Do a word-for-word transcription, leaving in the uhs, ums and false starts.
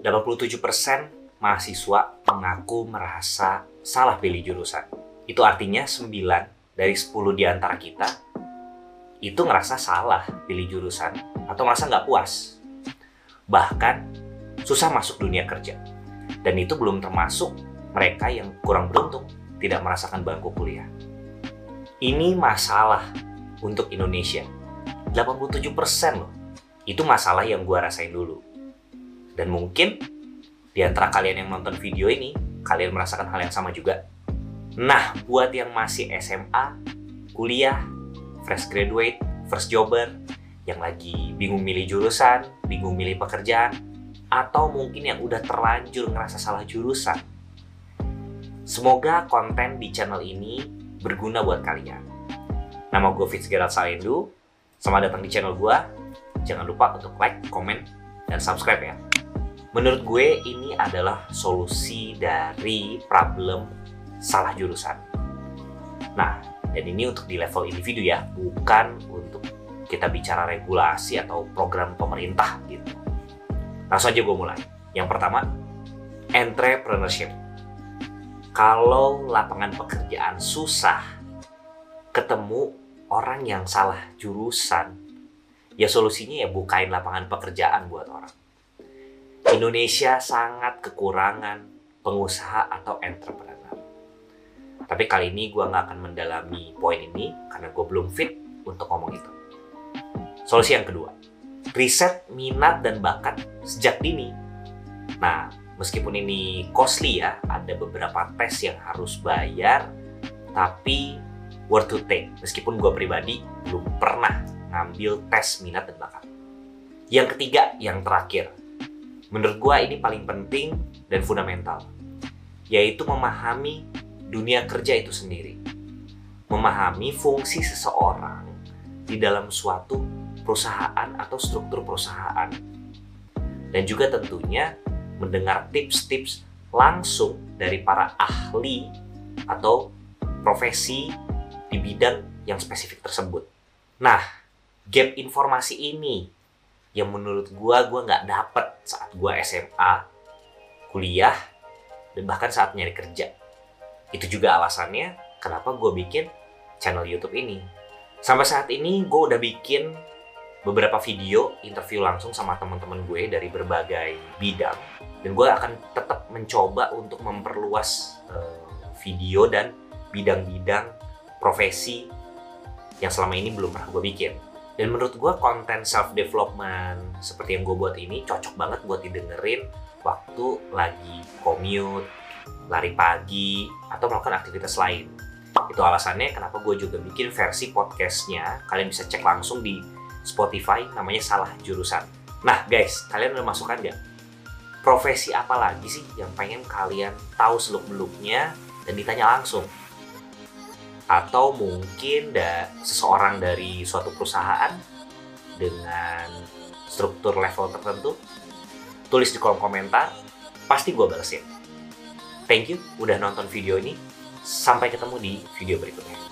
delapan puluh tujuh persen mahasiswa mengaku merasa salah pilih jurusan. Itu artinya sembilan dari sepuluh di antara kita itu ngerasa salah pilih jurusan atau merasa nggak puas. Bahkan susah masuk dunia kerja. Dan itu belum termasuk mereka yang kurang beruntung tidak merasakan bangku kuliah. Ini masalah untuk Indonesia. delapan puluh tujuh persen loh. Itu masalah yang gue rasain dulu. Dan mungkin di antara kalian yang nonton video ini, kalian merasakan hal yang sama juga. Nah, buat yang masih S M A, kuliah, fresh graduate, first jobber, yang lagi bingung milih jurusan, bingung milih pekerjaan, atau mungkin yang udah terlanjur ngerasa salah jurusan. Semoga konten di channel ini berguna buat kalian. Nama gue Fitzgerald Salendu. Selamat datang di channel gue. Jangan lupa untuk like, komen, dan subscribe ya. Menurut gue ini adalah solusi dari problem salah jurusan. Nah, dan ini untuk di level individu ya, bukan untuk kita bicara regulasi atau program pemerintah gitu. Langsung aja gue mulai. Yang pertama, entrepreneurship. Kalau lapangan pekerjaan susah, ketemu orang yang salah jurusan, ya solusinya ya bukain lapangan pekerjaan buat orang. Indonesia sangat kekurangan pengusaha atau entrepreneur. Tapi kali ini gue nggak akan mendalami poin ini karena gue belum fit untuk ngomong itu. Solusi yang kedua, riset minat dan bakat sejak dini. Nah, meskipun ini costly ya, ada beberapa tes yang harus bayar, tapi worth to take. Meskipun gue pribadi belum pernah ngambil tes minat dan bakat. Yang ketiga, yang terakhir, menurut gue ini paling penting dan fundamental, yaitu memahami dunia kerja itu sendiri. Memahami fungsi seseorang di dalam suatu perusahaan atau struktur perusahaan. Dan juga tentunya mendengar tips-tips langsung dari para ahli atau profesi di bidang yang spesifik tersebut. Nah, gap informasi ini yang menurut gua gua nggak dapet saat gua S M A, kuliah, dan bahkan saat nyari kerja. Itu juga alasannya kenapa gua bikin channel YouTube ini. Sampai saat ini gua udah bikin beberapa video interview langsung sama teman-teman gue dari berbagai bidang, dan gue akan tetap mencoba untuk memperluas uh, video dan bidang-bidang profesi yang selama ini belum pernah gue bikin. Dan menurut gue konten self-development seperti yang gue buat ini cocok banget buat didengerin waktu lagi commute, lari pagi, atau melakukan aktivitas lain. Itu alasannya kenapa gue juga bikin versi podcastnya. Kalian bisa cek langsung di Spotify, namanya Salah Jurusan. Nah guys, kalian udah masukkan nggak? Profesi apa lagi sih yang pengen kalian tahu seluk-beluknya dan ditanya langsung? Atau mungkin da, seseorang dari suatu perusahaan dengan struktur level tertentu? Tulis di kolom komentar, pasti gue balesin. Thank you udah nonton video ini. Sampai ketemu di video berikutnya.